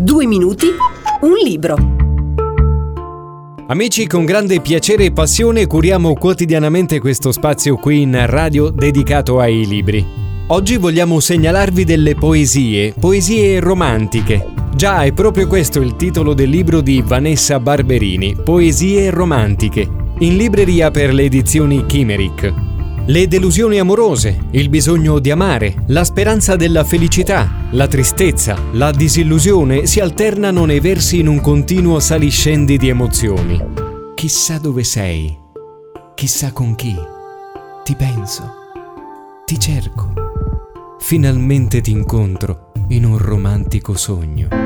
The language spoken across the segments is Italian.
2 minuti, un libro. Amici, con grande piacere e passione curiamo quotidianamente questo spazio qui in radio dedicato ai libri. Oggi vogliamo segnalarvi delle poesie romantiche. Già, è proprio questo il titolo del libro di Vanessa Barberini, Poesie romantiche, in libreria per le edizioni Chimeric. Le delusioni amorose, il bisogno di amare, la speranza della felicità, la tristezza, la disillusione si alternano nei versi in un continuo saliscendi di emozioni. Chissà dove sei, chissà con chi, ti penso, ti cerco, finalmente ti incontro in un romantico sogno.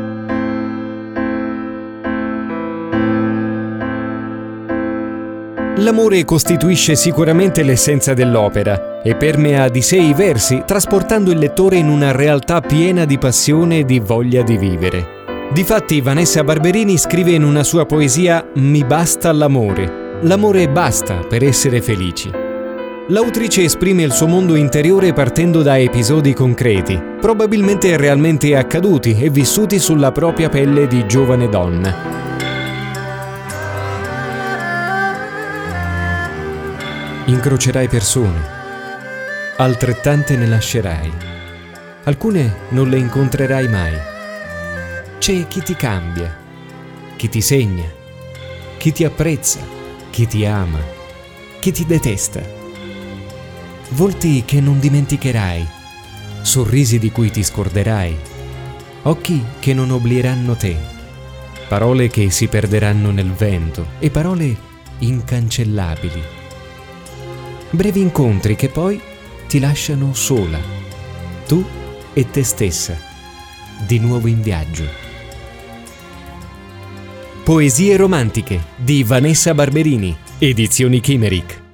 L'amore costituisce sicuramente l'essenza dell'opera e permea di sé i versi, trasportando il lettore in una realtà piena di passione e di voglia di vivere. Difatti, Vanessa Barberini scrive in una sua poesia «Mi basta l'amore. L'amore basta per essere felici». L'autrice esprime il suo mondo interiore partendo da episodi concreti, probabilmente realmente accaduti e vissuti sulla propria pelle di giovane donna. Incrocerai persone, altrettante ne lascerai. Alcune non le incontrerai mai. C'è chi ti cambia, chi ti segna, chi ti apprezza, chi ti ama, chi ti detesta. Volti che non dimenticherai, sorrisi di cui ti scorderai, occhi che non oblieranno te, parole che si perderanno nel vento e parole incancellabili. Brevi incontri che poi ti lasciano sola, tu e te stessa, di nuovo in viaggio. Poesie romantiche di Vanessa Barberini, edizioni Chimeric.